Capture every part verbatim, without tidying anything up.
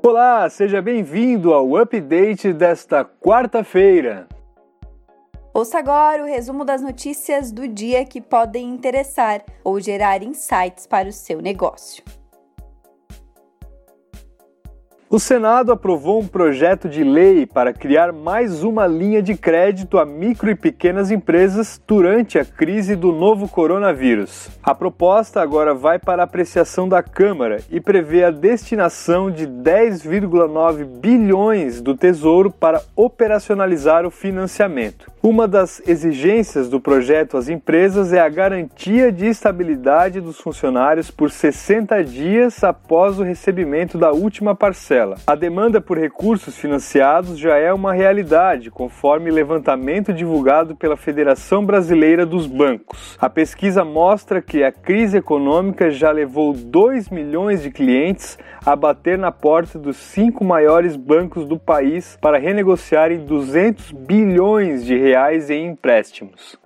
Olá, seja bem-vindo ao update desta quarta-feira. Ouça agora o resumo das notícias do dia que podem interessar ou gerar insights para o seu negócio. O Senado aprovou um projeto de lei para criar mais uma linha de crédito a micro e pequenas empresas durante a crise do novo coronavírus. A proposta agora vai para a apreciação da Câmara e prevê a destinação de dez vírgula nove bilhões do Tesouro para operacionalizar o financiamento. Uma das exigências do projeto às empresas é a garantia de estabilidade dos funcionários por sessenta dias após o recebimento da última parcela. A demanda por recursos financiados já é uma realidade, conforme levantamento divulgado pela Federação Brasileira dos Bancos. A pesquisa mostra que a crise econômica já levou dois milhões de clientes a bater na porta dos cinco maiores bancos do país para renegociarem duzentos bilhões de reais em empréstimos.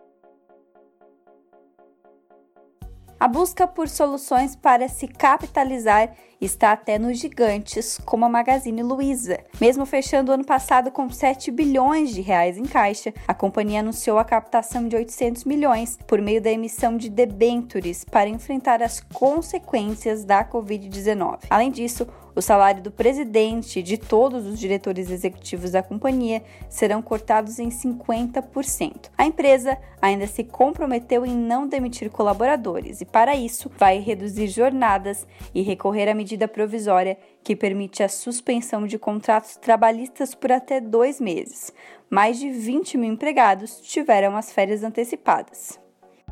A busca por soluções para se capitalizar está até nos gigantes, como a Magazine Luiza. Mesmo fechando o ano passado com sete bilhões de reais em caixa, a companhia anunciou a captação de oitocentos milhões por meio da emissão de debêntures para enfrentar as consequências da covid dezenove. Além disso, o salário do presidente e de todos os diretores executivos da companhia serão cortados em cinquenta por cento. A empresa ainda se comprometeu em não demitir colaboradores e, para isso, vai reduzir jornadas e recorrer à medida provisória que permite a suspensão de contratos trabalhistas por até dois meses. Mais de vinte mil empregados tiveram as férias antecipadas.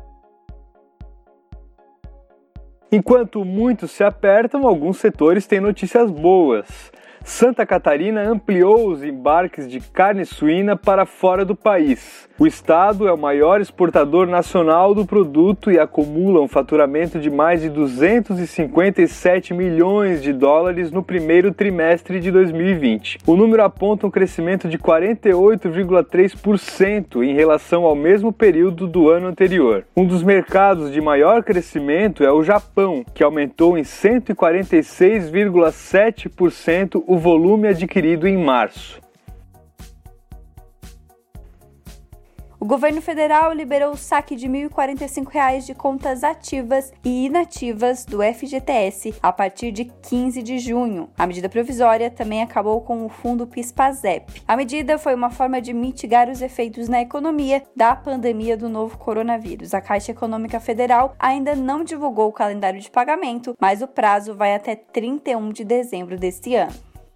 Enquanto muitos se apertam, alguns setores têm notícias boas. Santa Catarina ampliou os embarques de carne suína para fora do país. O estado é o maior exportador nacional do produto e acumula um faturamento de mais de duzentos e cinquenta e sete milhões de dólares no primeiro trimestre de dois mil e vinte. O número aponta um crescimento de quarenta e oito vírgula três por cento em relação ao mesmo período do ano anterior. Um dos mercados de maior crescimento é o Japão, que aumentou em cento e quarenta e seis vírgula sete por cento o volume adquirido em março. O governo federal liberou o saque de mil e quarenta e cinco reais de contas ativas e inativas do F G T S a partir de quinze de junho. A medida provisória também acabou com o fundo PIS/PASEP. A medida foi uma forma de mitigar os efeitos na economia da pandemia do novo coronavírus. A Caixa Econômica Federal ainda não divulgou o calendário de pagamento, mas o prazo vai até trinta e um de dezembro deste ano.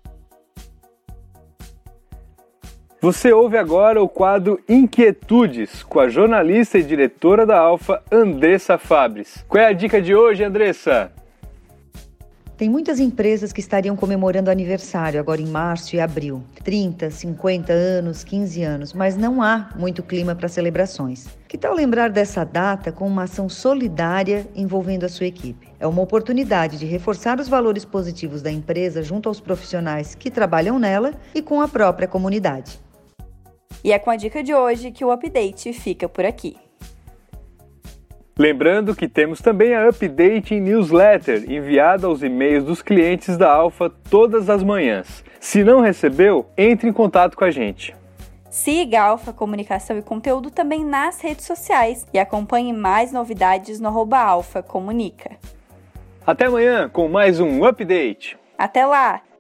Você ouve agora o quadro Inquietudes, com a jornalista e diretora da Alfa, Andressa Fabris. Qual é a dica de hoje, Andressa? Tem muitas empresas que estariam comemorando aniversário agora em março e abril. trinta, cinquenta anos, quinze anos, mas não há muito clima para celebrações. Que tal lembrar dessa data com uma ação solidária envolvendo a sua equipe? É uma oportunidade de reforçar os valores positivos da empresa junto aos profissionais que trabalham nela e com a própria comunidade. E é com a dica de hoje que o update fica por aqui. Lembrando que temos também a Update em Newsletter, enviada aos e-mails dos clientes da Alfa todas as manhãs. Se não recebeu, entre em contato com a gente. Siga a Alfa Comunicação e Conteúdo também nas redes sociais e acompanhe mais novidades no arroba Alfa Comunica. Até amanhã com mais um Update. Até lá!